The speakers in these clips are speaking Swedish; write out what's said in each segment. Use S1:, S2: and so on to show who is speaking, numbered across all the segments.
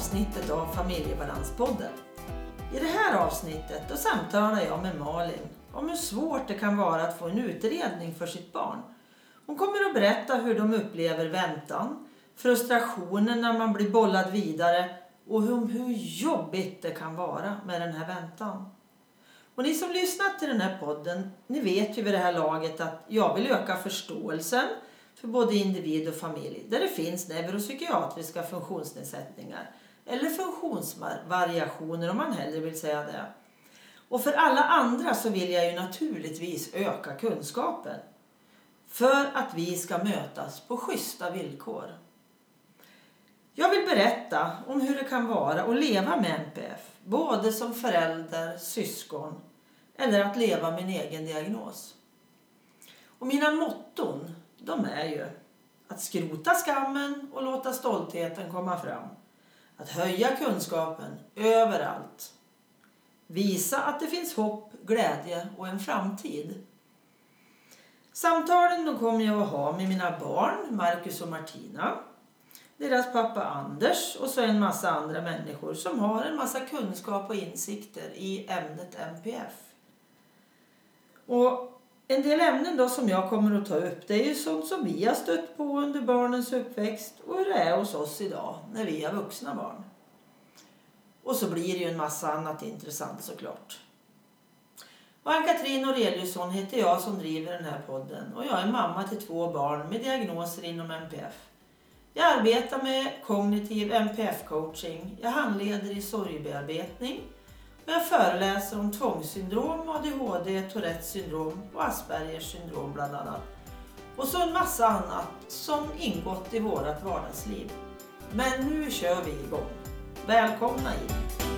S1: avsnittet av Familjebalanspodden. I det här avsnittet då samtalar jag med Malin om hur svårt det kan vara att få en utredning för sitt barn. Hon kommer att berätta hur de upplever väntan, frustrationen när man blir bollad vidare och hur jobbigt det kan vara med den här väntan. Och ni som lyssnat till den här podden, ni vet ju vid det här laget att jag vill öka förståelsen för både individ och familj där det finns neuropsykiatriska funktionsnedsättningar eller funktionsvariationer om man hellre vill säga det. Och för alla andra så vill jag ju naturligtvis öka kunskapen för att vi ska mötas på schyssta villkor. Jag vill berätta om hur det kan vara att leva med NPF, både som förälder, syskon eller att leva med en egen diagnos. Och mina motton, de är ju att skrota skammen och låta stoltheten komma fram. Att höja kunskapen överallt. Visa att det finns hopp, glädje och en framtid. Samtalen då kommer jag att ha med mina barn, Marcus och Martina. Deras pappa Anders och så en massa andra människor som har en massa kunskap och insikter i ämnet NPF. Och en del ämnen då som jag kommer att ta upp, det är ju sånt som vi har stött på under barnens uppväxt och hur det är hos oss idag när vi har vuxna barn. Och så blir det ju en massa annat intressant såklart. Och Ann-Katrin Aureliusson heter jag som driver den här podden och jag är mamma till 2 barn med diagnoser inom NPF. Jag arbetar med kognitiv NPF-coaching, jag handleder i sorgbearbetning och jag föreläser om tvångssyndrom, ADHD, Tourettes syndrom och Aspergers syndrom bland annat. Och så en massa annat som ingått i vårat vardagsliv. Men nu kör vi igång. Välkomna in!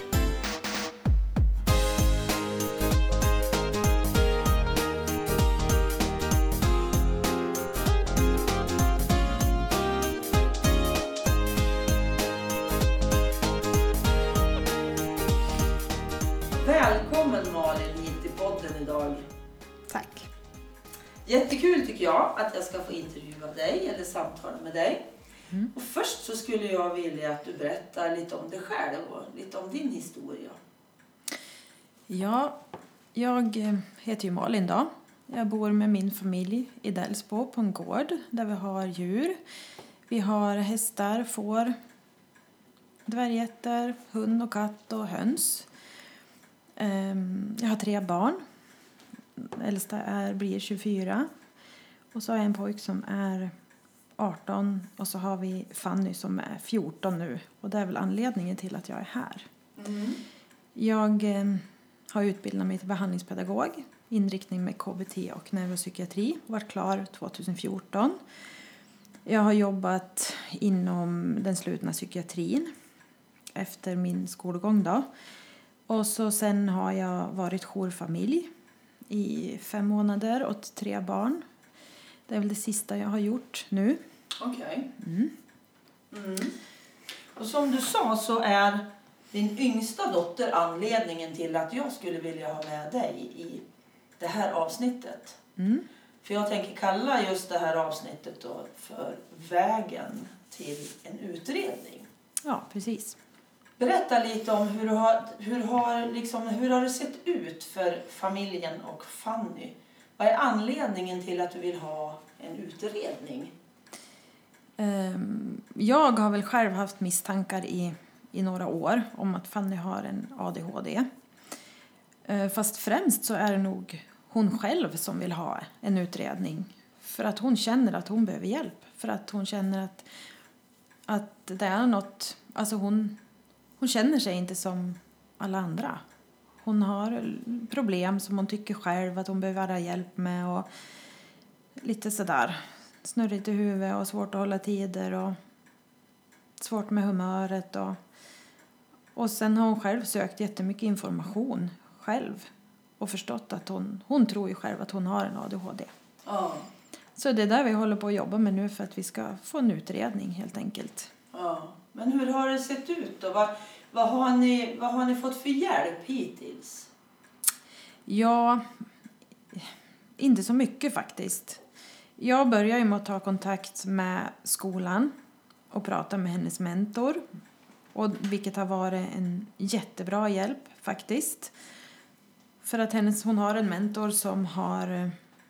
S1: Välkommen Malin hit till podden idag.
S2: Tack.
S1: Jättekul tycker jag att jag ska få intervjua dig eller samtala med dig. Och först så skulle jag vilja att du berättar lite om dig själv och lite om din historia.
S2: Ja, jag heter ju Malin då. Jag bor med min familj i Delsbo på en gård där vi har djur. Vi har hästar, får, dvärggetter, hund och katt och höns. Jag har 3 barn. Äldsta blir 24. Och så har jag en pojk som är 18. Och så har vi Fanny som är 14 nu. Och det är väl anledningen till att jag är här. Jag har utbildat mig till behandlingspedagog. Inriktning med KBT och neuropsykiatri. Varit klar 2014. Jag har jobbat inom den slutna psykiatrin. Efter min skolgång då. Och så sen har jag varit jourfamilj i 5 månader åt 3 barn. Det är väl det sista jag har gjort nu.
S1: Okej. Och som du sa så är din yngsta dotter anledningen till att jag skulle vilja ha med dig i det här avsnittet. För jag tänker kalla just det här avsnittet då för vägen till en utredning.
S2: Ja, precis.
S1: Berätta lite om hur har det sett ut för familjen och Fanny? Vad är anledningen till att du vill ha en utredning?
S2: Jag har väl själv haft misstankar i några år om att Fanny har en ADHD. Fast främst så är det nog hon själv som vill ha en utredning. För att hon känner att hon behöver hjälp. För att hon känner att det är något... Alltså hon känner sig inte som alla andra. Hon har problem som hon tycker själv att hon behöver ha hjälp med. Och lite sådär snurrigt i huvudet och svårt att hålla tider. Och svårt med humöret. Och sen har hon själv sökt jättemycket information själv. Och förstått att hon tror ju själv att hon har en ADHD.
S1: Ja.
S2: Så det är där vi håller på att jobba med nu för att vi ska få en utredning helt enkelt.
S1: Ja. Men hur har det sett ut då? Vad har ni fått för hjälp hittills?
S2: Ja, inte så mycket faktiskt. Jag börjar ju med att ta kontakt med skolan och prata med hennes mentor. Och vilket har varit en jättebra hjälp faktiskt. För att hon har en mentor som har...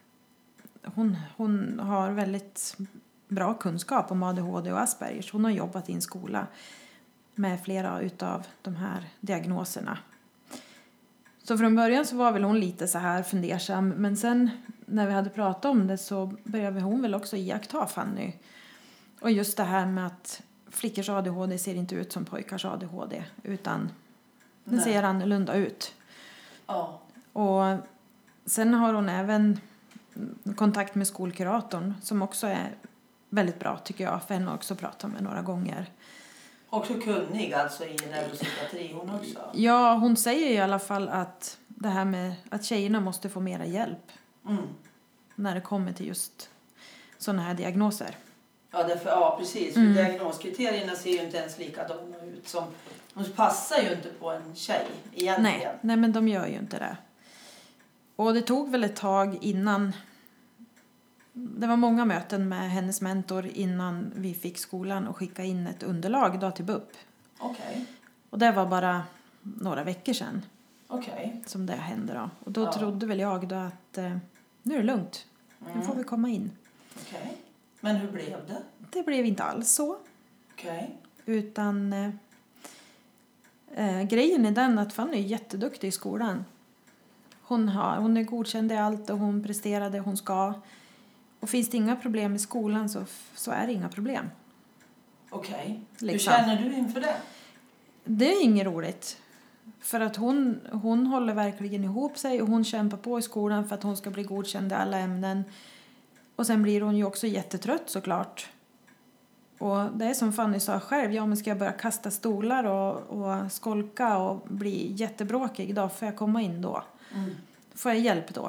S2: Hon har väldigt bra kunskap om ADHD och Aspergers. Hon har jobbat i en skola med flera utav de här diagnoserna. Så från början så var väl hon lite så här fundersam. Men sen när vi hade pratat om det så började hon väl också iaktta Fanny. Och just det här med att flickors ADHD ser inte ut som pojkars ADHD. Utan den ser annorlunda ut.
S1: Ja.
S2: Och sen har hon även kontakt med skolkuratorn som också är väldigt bra tycker jag. För henne har också pratat med några gånger.
S1: Också kunnig alltså i neuropsykiatri hon också?
S2: Ja, hon säger i alla fall att det här med att tjejerna måste få mera hjälp. När det kommer till just sådana här diagnoser.
S1: Ja, precis. För diagnoskriterierna ser ju inte ens likadana ut. De passar ju inte på en tjej egentligen.
S2: Nej, men de gör ju inte det. Och det tog väl ett tag innan... Det var många möten med hennes mentor innan vi fick skolan och skicka in ett underlag då till BUP.
S1: Okej.
S2: Och det var bara några veckor sedan.
S1: Okej.
S2: Som det hände då. Och då trodde väl jag då att nu är det lugnt. Nu får vi komma in.
S1: Okej. Men hur blev det?
S2: Det blev inte alls så.
S1: Okej.
S2: Utan grejen är den att Fanny är jätteduktig i skolan. Hon är godkänd i allt och hon presterar det hon ska. Och finns det inga problem i skolan så är det inga problem.
S1: Okej.
S2: Liksom.
S1: Hur känner du inför det?
S2: Det är inget roligt. För att hon håller verkligen ihop sig och hon kämpar på i skolan för att hon ska bli godkänd i alla ämnen. Och sen blir hon ju också jättetrött såklart. Och det är som Fanny sa själv, men ska jag börja kasta stolar och skolka och bli jättebråkig då får jag komma in då. Får jag hjälp då?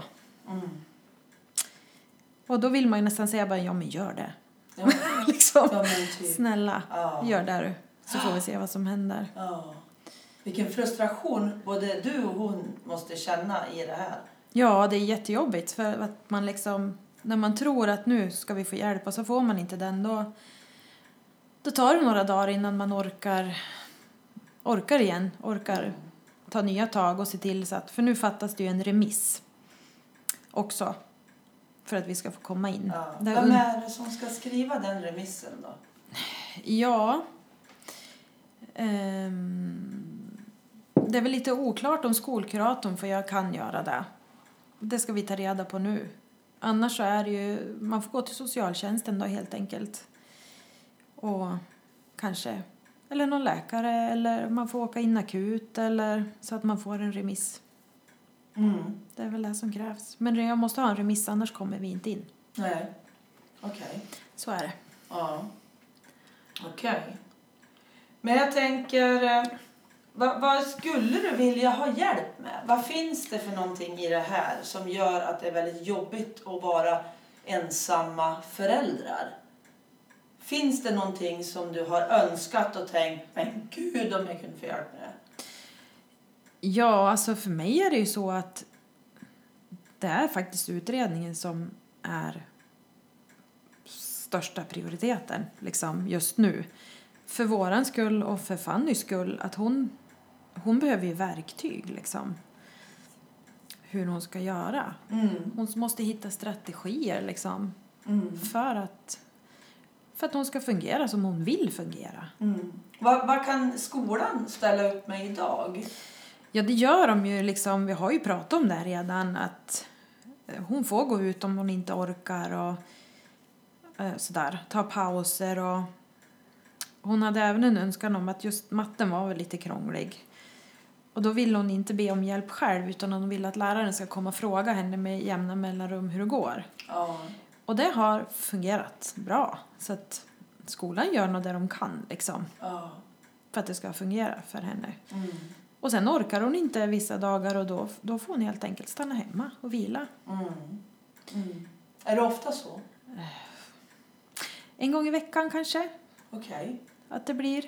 S2: Och då vill man ju nästan säga bara, men gör det.
S1: Ja.
S2: liksom.
S1: Ja, men typ.
S2: Snälla, gör det du. Så får vi se vad som händer.
S1: Ja. Vilken frustration både du och hon måste känna i det här.
S2: Ja, det är jättejobbigt för att man liksom, när man tror att nu ska vi få hjälp och så får man inte den, då tar det några dagar innan man orkar ta nya tag och se till så att, för nu fattas det ju en remiss också för att vi ska få komma in.
S1: Ja. Vem är det som ska skriva den remissen då?
S2: Ja, det är väl lite oklart om skolkuratorn för jag kan göra det. Det ska vi ta reda på nu. Annars så är det ju, man får gå till socialtjänsten då helt enkelt. Och kanske, eller någon läkare, eller man får åka in akut, eller så att man får en remiss. Det är väl det som krävs. Men jag måste ha en remiss, annars kommer vi inte in.
S1: Nej, okej.
S2: Så är det.
S1: Ja, okej. Men jag tänker, vad skulle du vilja ha hjälp med? Vad finns det för någonting i det här som gör att det är väldigt jobbigt att vara ensamma föräldrar? Finns det någonting som du har önskat och tänkt, men gud om jag kunde få hjälp med det?
S2: Ja, alltså för mig är det ju så att det är faktiskt utredningen som är största prioriteten liksom, just nu. För våran skull och för Fannys skull, att hon behöver ju verktyg liksom. Hur hon ska göra. Hon måste hitta strategier liksom. För att hon ska fungera som hon vill fungera.
S1: Vad kan skolan ställa upp med idag?
S2: Ja, det gör de ju liksom. Vi har ju pratat om det redan. Att hon får gå ut om hon inte orkar. Och sådär. Ta pauser. Och hon hade även en önskan om att just matten var väl lite krånglig. Och då vill hon inte be om hjälp själv. Utan hon vill att läraren ska komma och fråga henne med jämna mellanrum hur det går.
S1: Ja.
S2: Och det har fungerat bra. Så att skolan gör nog det de kan liksom.
S1: Ja.
S2: För att det ska fungera för henne. Och sen orkar hon inte vissa dagar och då får hon helt enkelt stanna hemma och vila.
S1: Är det ofta så?
S2: En gång i veckan kanske.
S1: Okej.
S2: Att det blir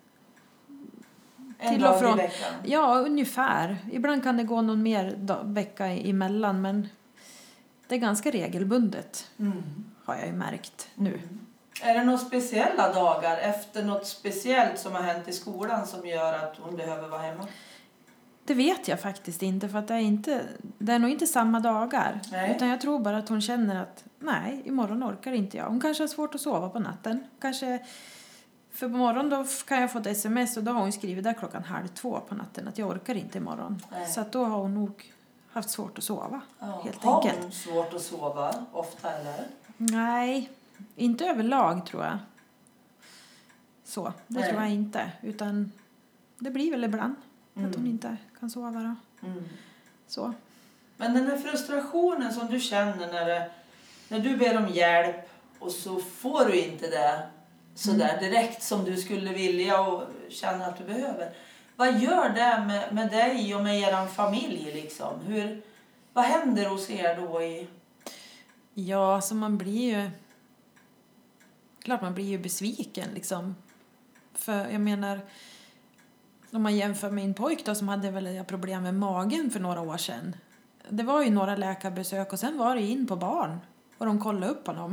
S1: En
S2: till
S1: dag
S2: och från.
S1: i veckan?
S2: Ja, ungefär. Ibland kan det gå någon mer vecka emellan, men det är ganska regelbundet. Har jag ju märkt nu.
S1: Är det några speciella dagar efter något speciellt som har hänt i skolan som gör att hon behöver vara hemma?
S2: Det vet jag faktiskt inte, för att det är nog inte samma dagar.
S1: Nej.
S2: Utan jag tror bara att hon känner att nej, imorgon orkar inte jag. Hon kanske har svårt att sova på natten. För på morgonen då kan jag få ett sms och då har hon skrivit där 1:30 på natten att jag orkar inte imorgon.
S1: Nej.
S2: Så att då har hon nog haft svårt att sova, helt
S1: har
S2: enkelt.
S1: Har hon svårt att sova ofta eller?
S2: Nej, inte överlag tror jag. Så, det tror jag inte. Utan det blir väl ibland att hon inte kan sova då. Så.
S1: Men den här frustrationen som du känner när du ber om hjälp och så får du inte det sådär direkt som du skulle vilja och känner att du behöver. Vad gör det med dig och med er familj liksom? Vad händer hos er då
S2: Ja, så man blir ju... Klart man blir ju besviken liksom. För jag menar... Om man jämför med min pojk då, som hade väl problem med magen för några år sedan. Det var ju några läkarbesök och sen var det in på barn. Och de kollade upp honom.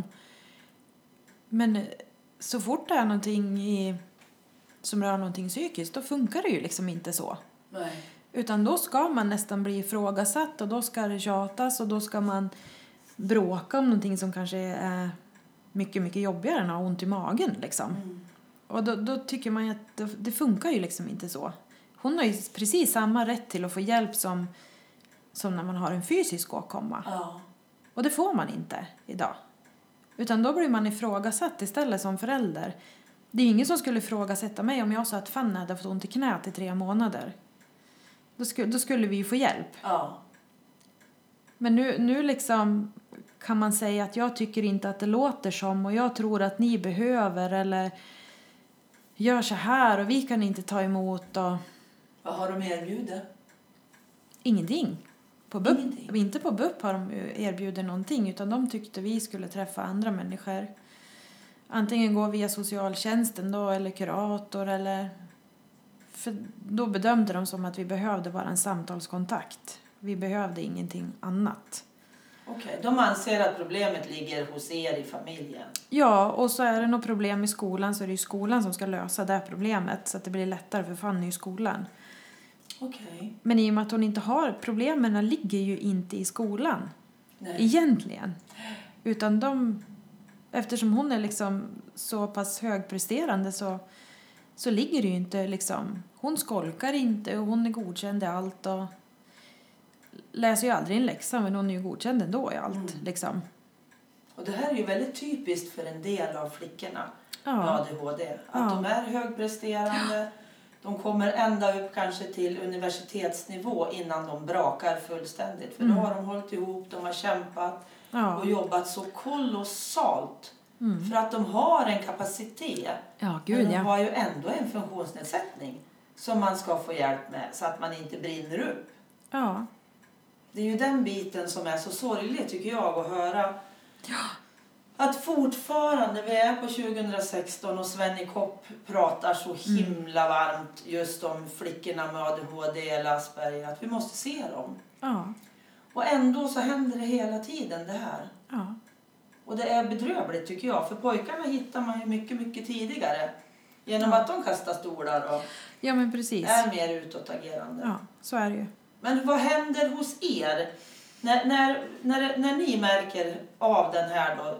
S2: Men så fort det är någonting som rör någonting psykiskt, då funkar det ju liksom inte så.
S1: Nej.
S2: Utan då ska man nästan bli ifrågasatt och då ska det tjatas och då ska man bråka om någonting som kanske är mycket, mycket jobbigare än att ha ont i magen liksom. Och då tycker man att det funkar ju liksom inte så. Hon har ju precis samma rätt till att få hjälp som när man har en fysisk åkomma.
S1: Ja.
S2: Och det får man inte idag. Utan då blir man ifrågasatt istället som förälder. Det är ingen som skulle ifrågasätta mig om jag sa att Fanny hade fått ont i knät i 3 månader. Då skulle vi ju få hjälp.
S1: Ja.
S2: Men nu liksom kan man säga att jag tycker inte att det låter som och jag tror att ni behöver eller gör så här och vi kan inte ta emot. Och...
S1: Vad har de erbjudit?
S2: Ingenting. På BUP,
S1: Ingenting.
S2: inte på BUP har de erbjudit någonting utan de tyckte vi skulle träffa andra människor. Antingen gå via socialtjänsten då eller kurator eller... För då bedömde de som att vi behövde bara en samtalskontakt. Vi behövde ingenting annat.
S1: Okej, de anser att problemet ligger hos er i familjen.
S2: Ja, och så är det något problem i skolan så är det ju skolan som ska lösa det problemet så att det blir lättare för Fanny i skolan.
S1: Okej.
S2: Men i och med att hon inte har, problemen ligger ju inte i skolan.
S1: Nej.
S2: Egentligen. Utan eftersom hon är liksom så pass högpresterande så ligger det ju inte liksom, hon skolkar inte och hon är godkänd i allt och läser ju aldrig en läxa men hon är ju godkänd ändå i allt liksom.
S1: Och det här är ju väldigt typiskt för en del av flickorna med
S2: Ja.
S1: ADHD. Att de är högpresterande, de kommer ända upp kanske till universitetsnivå innan de brakar fullständigt. För då har de hållit ihop, de har kämpat och jobbat så kolossalt. För att de har en kapacitet.
S2: Ja, gud,
S1: men de har ju ändå en funktionsnedsättning som man ska få hjälp med så att man inte brinner upp.
S2: Ja.
S1: Det är ju den biten som är så sorglig tycker jag att höra. Att fortfarande, vi är på 2016 och Svenny Kopp pratar så himla varmt just om flickorna med ADHD eller Asperger. Att vi måste se dem.
S2: Ja.
S1: Och ändå så händer det hela tiden det här.
S2: Ja.
S1: Och det är bedrövligt tycker jag. För pojkarna hittar man ju mycket, mycket tidigare. Genom att de kastar stolar och
S2: men precis.
S1: är mer utåtagerande.
S2: Ja, så är det ju.
S1: Men vad händer hos er när ni märker av den här då,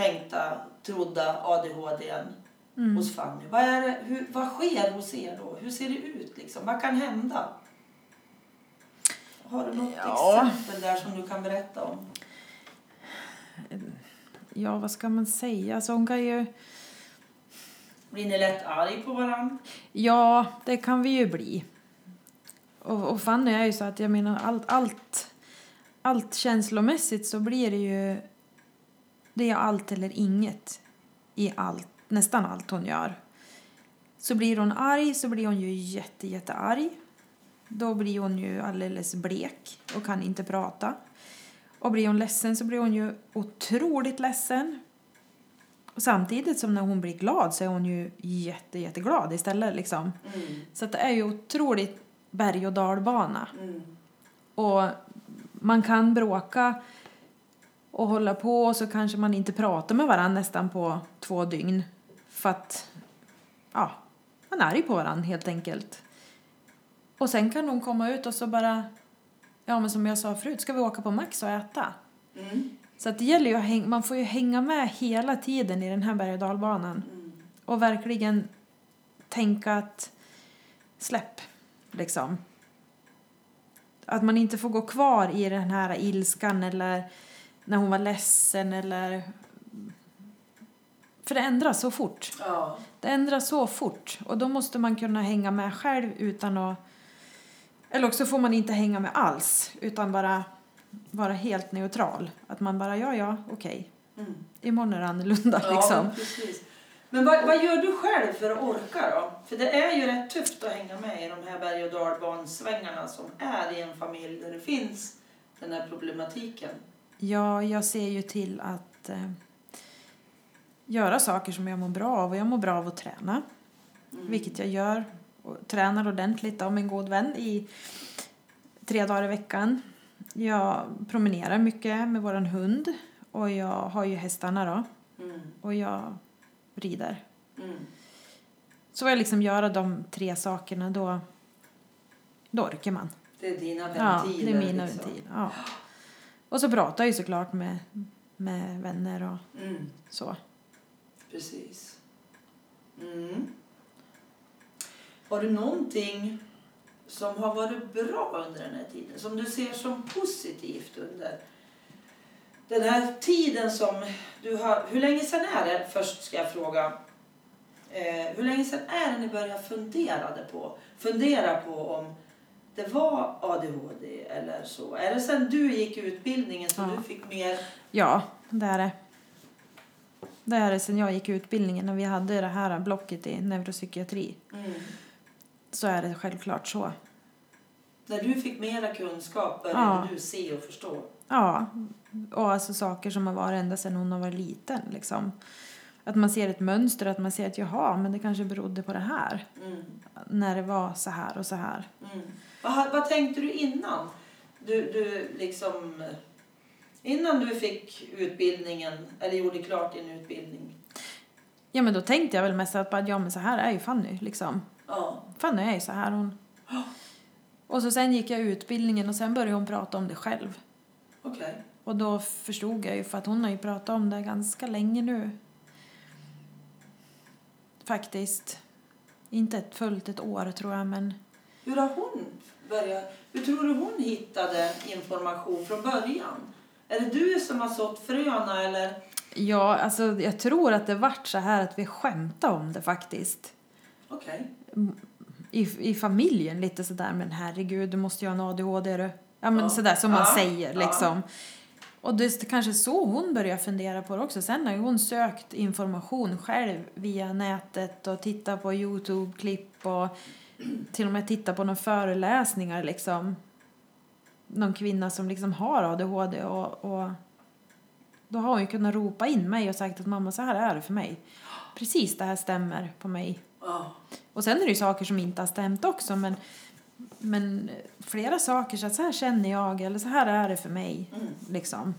S1: trodda ADHD:n hos Fanny? Vad sker hos er då? Hur ser det ut liksom? Vad kan hända? Har du något exempel där som du kan berätta om?
S2: Ja, vad ska man säga? Alltså hon kan ju...
S1: Blir ni lätt arg på varandra?
S2: Ja, det kan vi ju bli. Och Fanny är ju så att jag menar allt känslomässigt så blir det ju... Det är allt eller inget i allt, nästan allt hon gör. Så blir hon arg så blir hon ju jättearg. Då blir hon ju alldeles blek och kan inte prata. Och blir hon ledsen så blir hon ju otroligt ledsen. Och samtidigt som när hon blir glad så är hon ju jätteglad istället liksom. Så att det är ju otroligt berg- och dalbana. Och man kan bråka och hålla på, och så kanske man inte pratar med varandra nästan på 2 dygn. För att, ja, man är arg på varandra helt enkelt. Och sen kan de komma ut och så bara, ja men som jag sa förut, ska vi åka på Max och äta? Så att det gäller ju man får ju hänga med hela tiden i den här berg- och dalbanan. Och verkligen tänka att släpp, liksom. Att man inte får gå kvar i den här ilskan eller när hon var ledsen eller... För det ändras så fort.
S1: Ja.
S2: Det ändras så fort. Och då måste man kunna hänga med själv utan att... Eller också får man inte hänga med alls. Utan bara vara helt neutral. Att man bara, ja, okej. Imorgon är det annorlunda,
S1: Ja,
S2: liksom.
S1: precis. Men vad gör du själv för att orka då? För det är ju rätt tufft att hänga med i de här berg- och dalbansvängarna som är i en familj där det finns den här problematiken.
S2: Ja, jag ser ju till att göra saker som jag mår bra av. Och jag mår bra av att träna. Vilket jag gör. Och tränar ordentligt av min god vän i 3 dagar i veckan. Jag promenerar mycket med våran hund. Och jag har ju hästarna då. Och jag rider. Så jag liksom göra de 3 sakerna, då orkar man.
S1: Det är dina ventiler.
S2: Ja, det är mina
S1: liksom.
S2: ventiler. Ja. Och så pratar jag ju såklart med vänner och så.
S1: Precis. Har du någonting som har varit bra under den här tiden? Som du ser som positivt under den här tiden som du har... Hur länge sedan är det? Först ska jag fråga. Hur länge sedan är det ni började fundera på om det var ADHD eller så? Är det sen du gick utbildningen så du fick mer...
S2: Ja, det är det. Det är det sen jag gick utbildningen när vi hade det här blocket i neuropsykiatri. Så är det självklart så.
S1: När du fick mera kunskap började du se och förstå?
S2: Ja, och alltså saker som har varit ända sedan hon har varit liten liksom. Att man ser ett mönster, att man ser att jaha, men det kanske berodde på det här. När det var så här och så här.
S1: Vad tänkte du innan? Du liksom... Innan du fick utbildningen, eller gjorde klart din utbildning?
S2: Ja, men då tänkte jag väl mest att ja, men så här är ju Fanny liksom.
S1: Ja.
S2: Fanny är ju så här hon. Och så sen gick jag utbildningen och sen började hon prata om det själv.
S1: Okej.
S2: Och då förstod jag ju, för att hon har ju pratat om det ganska länge nu. Faktiskt. Inte fullt ett år tror jag, men...
S1: Hur har hon börjat? Hur tror du hon hittade information från början? Är det du som har sått fröna eller?
S2: Ja, alltså jag tror att det vart så här att vi skämtade om det faktiskt.
S1: Okej.
S2: I familjen lite sådär, men herregud, du måste ju ha en ADHD. Ja, men sådär som man säger liksom. Och det är kanske så hon börjar fundera på det också. Sen har ju hon sökt information själv via nätet och tittat på YouTube-klipp och till och med tittat på några föreläsningar liksom. Någon kvinna som liksom har ADHD och då har hon ju kunnat ropa in mig och sagt att mamma, så här är det för mig. Precis, det här stämmer på mig. Och sen är det ju saker som inte har stämt också, men flera saker så här känner jag eller så här är det för mig liksom.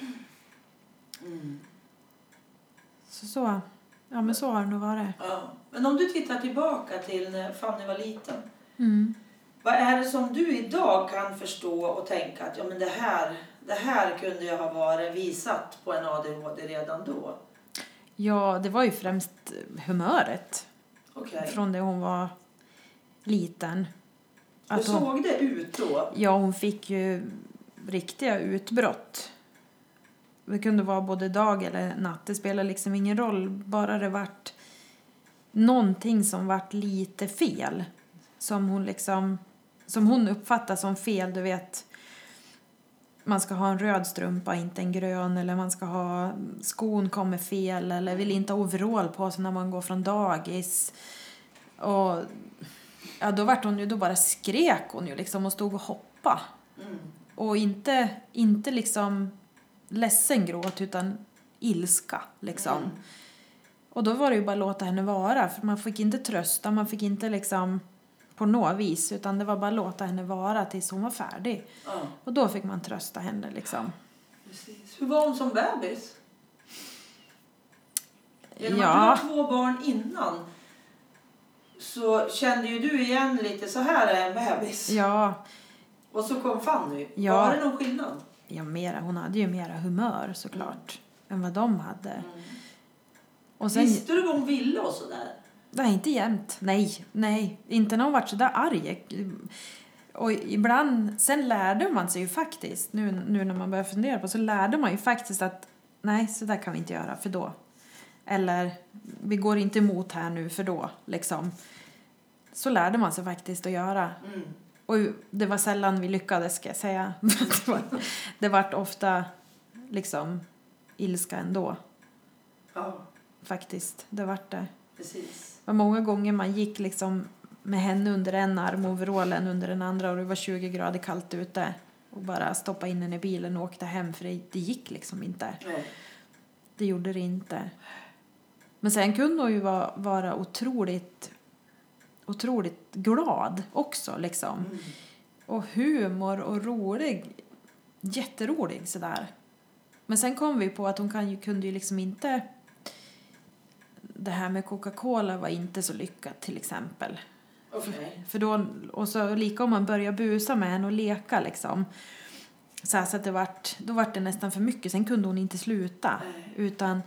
S2: Så ja, men så har det nog varit.
S1: Ja. Men om du tittar tillbaka till när Fanny var liten. Vad är det som du idag kan förstå och tänka att ja, men det här kunde jag ha varit visat på en ADHD redan då?
S2: Ja, det var ju främst humöret.
S1: Okay.
S2: Från det hon var liten.
S1: Hur såg det ut då?
S2: Ja, hon fick ju riktiga utbrott. Det kunde vara både dag eller natt. Det spelar liksom ingen roll. Bara det vart någonting som vart lite fel. Som hon uppfattar som fel. Du vet, man ska ha en röd strumpa, inte en grön. Eller man ska ha, skon kommer fel. Eller vill inte ha overall på sig när man går från dagis. Och ja, då bara skrek hon ju liksom och stod och hoppa. Och inte liksom ledsen gråt utan ilska liksom. Och då var det ju bara att låta henne vara, för man fick inte trösta, man fick inte liksom på något vis, utan det var bara att låta henne vara tills hon var färdig. Och då fick man trösta henne liksom.
S1: Precis. Hur var hon som bebis? Genom
S2: Ja.
S1: att du har 2 barn innan så kände ju du igen lite så här är en bebis.
S2: Ja.
S1: Och så kom Fanny.
S2: Ja.
S1: Var det någon skillnad?
S2: Ja, hon hade ju mera humör såklart än vad de hade. Och sen,
S1: Visste du vad hon ville och sådär?
S2: det är inte jämt. Nej. Inte när hon varit så där arg. Och ibland, sen lärde man sig ju faktiskt, nu när man börjar fundera på, så lärde man ju faktiskt att nej, så där kan vi inte göra för då. Eller vi går inte emot här nu för då, liksom. Så lärde man sig faktiskt att göra. Och det var sällan vi lyckades, ska jag säga. det var ofta liksom ilska ändå.
S1: Ja,
S2: Faktiskt, det var det.
S1: precis.
S2: Det var många gånger man gick liksom med henne under en arm och overallen under den andra och det var 20 grader kallt ute. Och bara stoppa in henne i bilen och åkte hem för det gick liksom inte.
S1: Nej.
S2: Det gjorde det inte. Men sen kunde hon ju vara otroligt glad också liksom. Och humor och rolig. Jätterolig sådär. Men sen kom vi på att hon kunde ju liksom inte... Det här med Coca-Cola var inte så lyckat till exempel.
S1: Okay.
S2: För då, och så lika om man börjar busa med henne och leka liksom. Så att då var det nästan för mycket. Sen kunde hon inte sluta.
S1: Nej.
S2: Utan...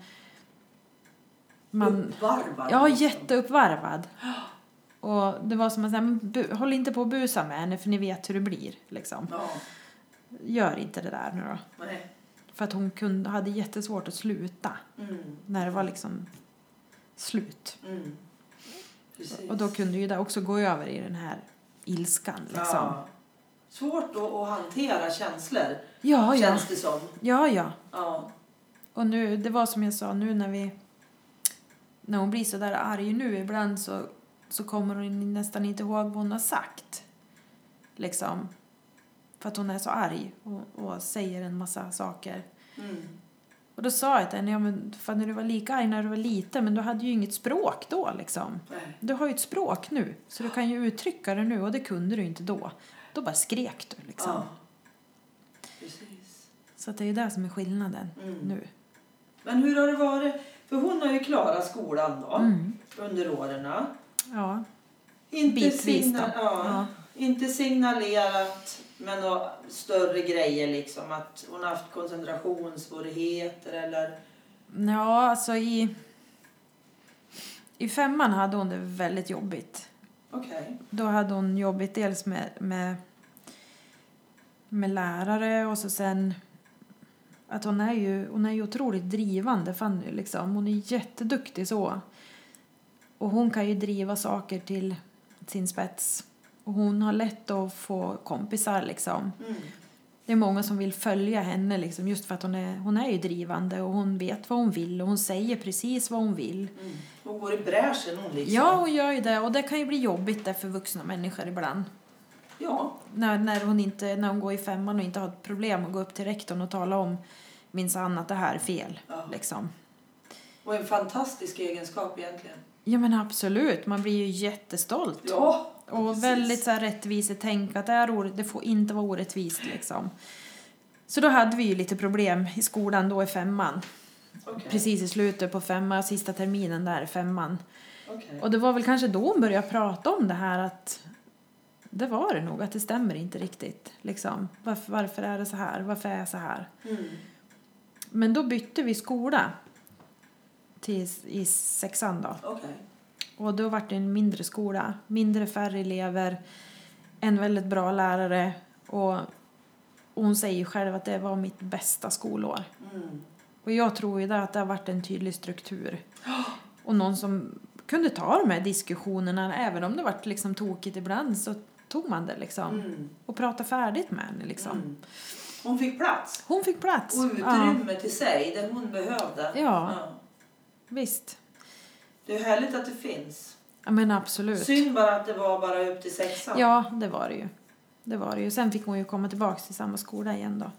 S1: Uppvarvad.
S2: Ja, jätteuppvarvad. Och det var som att säga, håll inte på att busa med henne för ni vet hur det blir. Liksom.
S1: Ja.
S2: Gör inte det där nu då.
S1: Nej.
S2: För att hon hade jättesvårt att sluta. När det var liksom slut.
S1: Precis.
S2: Och då kunde ju det också gå över i den här ilskan. Liksom.
S1: Ja. Svårt att hantera känslor.
S2: Ja.
S1: Känns det som.
S2: Ja.
S1: Ja.
S2: Och nu, det var som jag sa nu när hon blir så där arg nu ibland så kommer hon nästan inte ihåg vad hon har sagt. Liksom. För att hon är så arg och säger en massa saker. Och då sa jag till henne, ja men för när du var lika arg när du var liten, men du hade ju inget språk då liksom.
S1: Nej.
S2: Du har ju ett språk nu, så du kan ju uttrycka det nu och det kunde du inte då. Då bara skrek du liksom.
S1: Ja. Precis.
S2: Så att det är ju det som är skillnaden nu.
S1: Men hur har det varit? För hon har ju klarat skolan då, under åren.
S2: Ja.
S1: Inte,
S2: bitvis då.
S1: Ja. Inte signalerat med några större grejer liksom. Att hon har haft koncentrationssvårigheter eller...
S2: Ja, alltså i 5:an hade hon det väldigt jobbigt.
S1: Okej.
S2: Då hade hon jobbigt dels med lärare och så sen att hon är ju otroligt drivande, Fanny liksom. Hon är jätteduktig så. Och hon kan ju driva saker till sin spets. Och hon har lätt att få kompisar liksom. Det är många som vill följa henne liksom, just för att hon är ju drivande och hon vet vad hon vill och hon säger precis vad hon vill.
S1: Hon går i bräschen hon liksom.
S2: Ja, hon gör ju det och det kan ju bli jobbigt där för vuxna människor ibland.
S1: Ja.
S2: När hon går i 5:an och inte har ett problem att gå upp till rektorn och tala om minsann att det här är fel.
S1: Ja.
S2: Liksom.
S1: Och en fantastisk egenskap egentligen.
S2: Ja men absolut, man blir ju jättestolt.
S1: Ja.
S2: Och
S1: precis.
S2: väldigt så här rättvisetänk att det får inte vara orättvist liksom. Så då hade vi ju lite problem i skolan då i 5:an.
S1: Okay.
S2: Precis i slutet på 5:an, sista terminen där i 5:an.
S1: Okay.
S2: Och det var väl kanske då hon började prata om det här att det var det nog, att det stämmer inte riktigt. Liksom. Varför är det så här? Varför är jag så här? Men då bytte vi skola i 6:an då.
S1: Okay.
S2: Och då var det en mindre skola, färre elever, en väldigt bra lärare och hon säger själv att det var mitt bästa skolår. Och jag tror ju att det har varit en tydlig struktur. Och någon som kunde ta de här diskussionerna, även om det var liksom tokigt ibland, så tog man det liksom. Och pratade färdigt med henne liksom.
S1: Hon fick plats.
S2: Hon fick plats.
S1: Och utrymme till sig, det hon behövde.
S2: Ja. Visst.
S1: Det är härligt att det finns.
S2: Ja men absolut.
S1: Synd bara att det var bara upp till 6:an.
S2: Ja, det var det ju. Det var det ju. Sen fick hon ju komma tillbaka till samma skola igen då.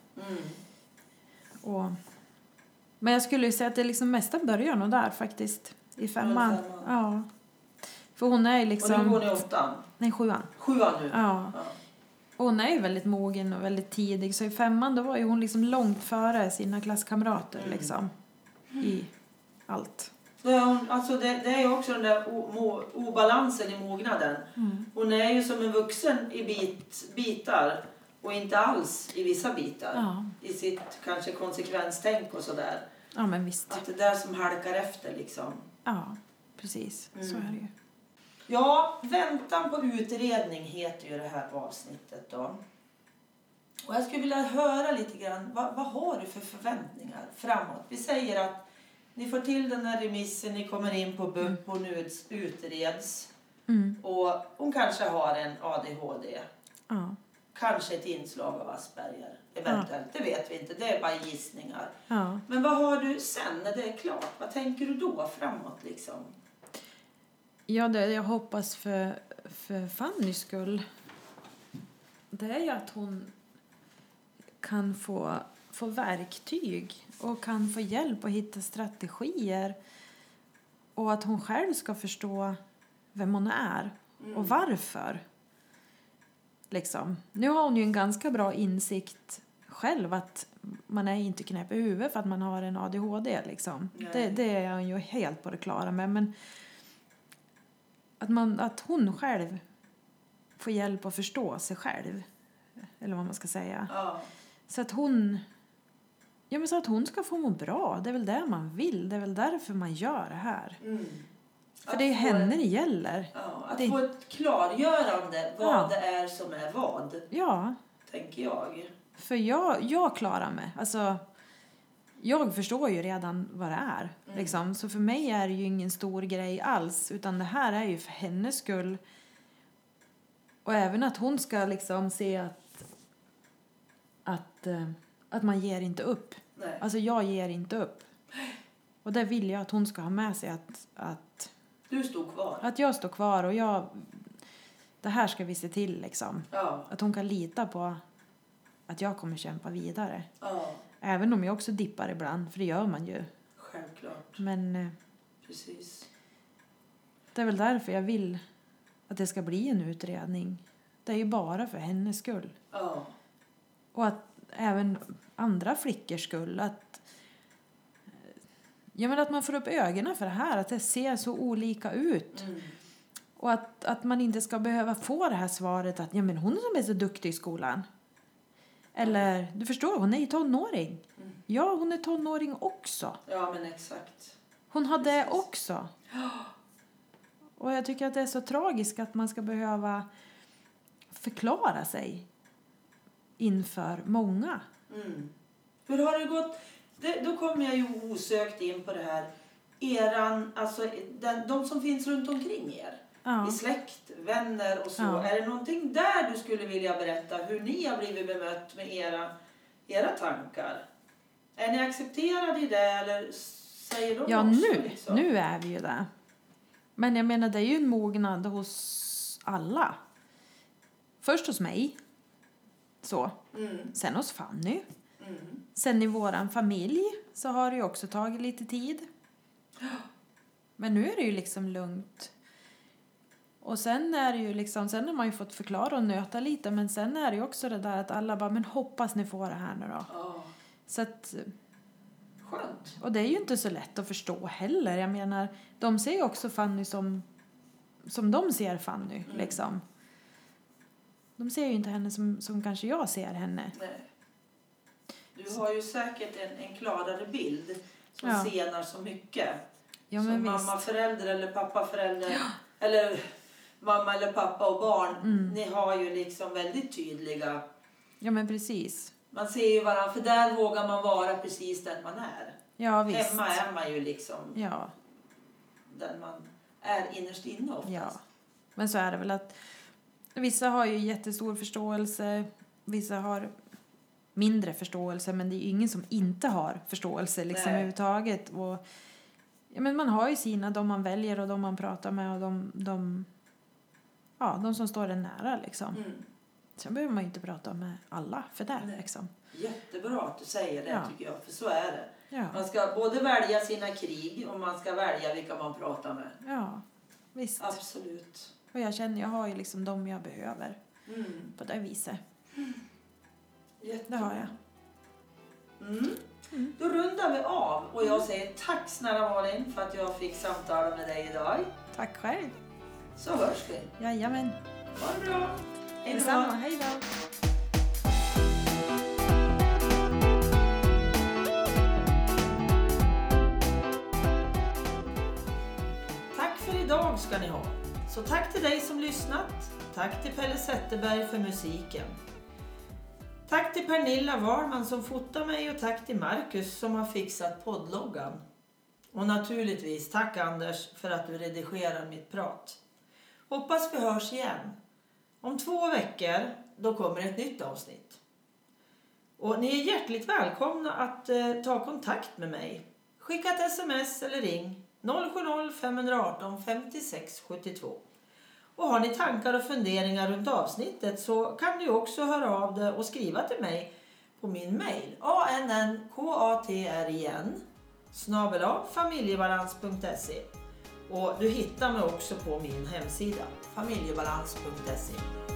S2: Men jag skulle ju säga att det liksom mesta börjar nog där faktiskt. I 5:an. Ja. För hon är ju liksom...
S1: Och nu går ni 8:an?
S2: Nej, 7:an.
S1: 7:an nu?
S2: Ja. Och hon är ju väldigt mogen och väldigt tidig. Så i 5:an då var ju hon liksom långt före sina klasskamrater liksom. I allt.
S1: Alltså det är ju också den där obalansen i mognaden. Hon är ju som en vuxen i bitar och inte alls i vissa bitar.
S2: Ja.
S1: I sitt kanske konsekvenstänk och sådär.
S2: Ja, men visst.
S1: Att det där som halkar efter liksom.
S2: Ja, precis. Så är det ju.
S1: Ja, väntan på utredning heter ju det här avsnittet då. Och jag skulle vilja höra lite grann, vad har du för förväntningar framåt? Vi säger att ni får till den här remissen, ni kommer in på BUP och nu utreds. Och hon kanske har en ADHD.
S2: Ja.
S1: Kanske ett inslag av Asperger. Eventuellt, det vet vi inte. Det är bara gissningar.
S2: Ja.
S1: Men vad har du sen när det är klart? Vad tänker du då framåt liksom?
S2: Ja, det jag hoppas för Fannys skull, det är ju att hon kan få verktyg och kan få hjälp att hitta strategier. Och att hon själv ska förstå vem hon är och varför. Liksom. Nu har hon ju en ganska bra insikt själv att man är inte knäpp i huvudet för att man har en ADHD. Liksom. Det är hon ju helt på det klara med. Men att hon själv får hjälp att förstå sig själv. Eller vad man ska säga.
S1: Ja.
S2: Så att hon ska få må bra. Det är väl det man vill. Det är väl därför man gör det här. För det är henne det gäller.
S1: Ja, att få ett klargörande vad det är som är vad.
S2: Ja.
S1: Tänker jag.
S2: För jag klarar mig. Alltså, jag förstår ju redan vad det är. Liksom. Så för mig är det ju ingen stor grej alls. Utan det här är ju för hennes skull. Och även att hon ska liksom se att man ger inte upp.
S1: Nej.
S2: Alltså jag ger inte upp. Och det vill jag att hon ska ha med sig att
S1: du stod kvar.
S2: Att jag står kvar och det här ska vi se till liksom.
S1: Ja.
S2: Att hon kan lita på att jag kommer kämpa vidare.
S1: Ja.
S2: Även om jag också dippar ibland, för det gör man ju.
S1: Självklart.
S2: Men
S1: precis.
S2: Det är väl därför jag vill att det ska bli en utredning. Det är ju bara för hennes skull.
S1: Ja.
S2: Och att även andra flickors skull. Att man får upp ögonen för det här. Att det ser så olika ut. Och att man inte ska behöva få det här svaret att hon som är så duktig i skolan. Eller, du förstår, hon är ju tonåring. Ja, hon är tonåring också.
S1: Ja, men exakt.
S2: Hon har det också. Och jag tycker att det är så tragiskt att man ska behöva förklara sig inför många.
S1: Hur har det gått? Då kommer jag ju osökt in på det här. De som finns runt omkring er.
S2: Ja.
S1: I släkt, vänner och så.
S2: Ja.
S1: Är det någonting där du skulle vilja berätta? Hur ni har blivit bemött med era tankar? Är ni accepterade i det eller säger de också? Liksom?
S2: Nu är vi ju där. Men jag menar, det är ju en mognad hos alla. Först hos mig. Så. Sen hos Fanny. Sen i våran familj så har det ju också tagit lite tid. Men nu är det ju liksom lugnt. Och sen är det ju liksom, sen har man ju fått förklara och nöta lite. Men sen är det ju också det där att alla bara, men hoppas ni får det här nu då.
S1: Ja.
S2: Så att...
S1: Skönt.
S2: Och det är ju inte så lätt att förstå heller. Jag menar, de ser ju också Fanny som de ser Fanny, liksom. De ser ju inte henne som kanske jag ser henne.
S1: Nej. Du har ju säkert en klarare bild som senar så mycket.
S2: Ja,
S1: som
S2: men
S1: mamma-förälder eller pappa-förälder. Ja. Eller mamma eller pappa och barn. Ni har ju liksom väldigt tydliga...
S2: Ja, men precis.
S1: Man ser ju varandra, för där vågar man vara precis den man är.
S2: Ja, visst.
S1: Hemma är man ju liksom den man är innerst inne oftast.
S2: Ja, men så är det väl att vissa har ju jättestor förståelse, vissa har mindre förståelse, men det är ju ingen som inte har förståelse liksom överhuvudtaget. Och, men man har ju sina, de man väljer och de man pratar med och de som står en nära liksom. Sen behöver man ju inte prata med alla för det liksom.
S1: Jättebra att du säger det tycker jag, för så är det.
S2: Ja.
S1: Man ska både välja sina krig och man ska välja vilka man pratar med.
S2: Ja, visst.
S1: Absolut.
S2: Och jag känner, jag har ju liksom dem jag behöver. på det viset.
S1: Jättebra.
S2: Det har jag.
S1: Då rundar vi av och jag säger tack snälla Malin för att jag fick samtala med dig idag.
S2: Tack själv.
S1: Så hörs vi.
S2: Jajamän.
S1: Ha det bra. Hej då.
S2: Detsamma. Hej då.
S1: Tack för idag ska ni ha. Så tack till dig som lyssnat. Tack till Pelle Zetterberg för musiken. Tack till Pernilla Wahlman som fotar mig och tack till Marcus som har fixat poddloggan. Och naturligtvis tack Anders för att du redigerar mitt prat. Hoppas vi hörs igen. Om 2 veckor då kommer ett nytt avsnitt. Och ni är hjärtligt välkomna att ta kontakt med mig. Skicka ett sms eller ring 070 518 56 72. Och har ni tankar och funderingar runt avsnittet så kan du också höra av dig och skriva till mig på min mejl annkatrin@familjebalans.se. Och du hittar mig också på min hemsida familjebalans.se.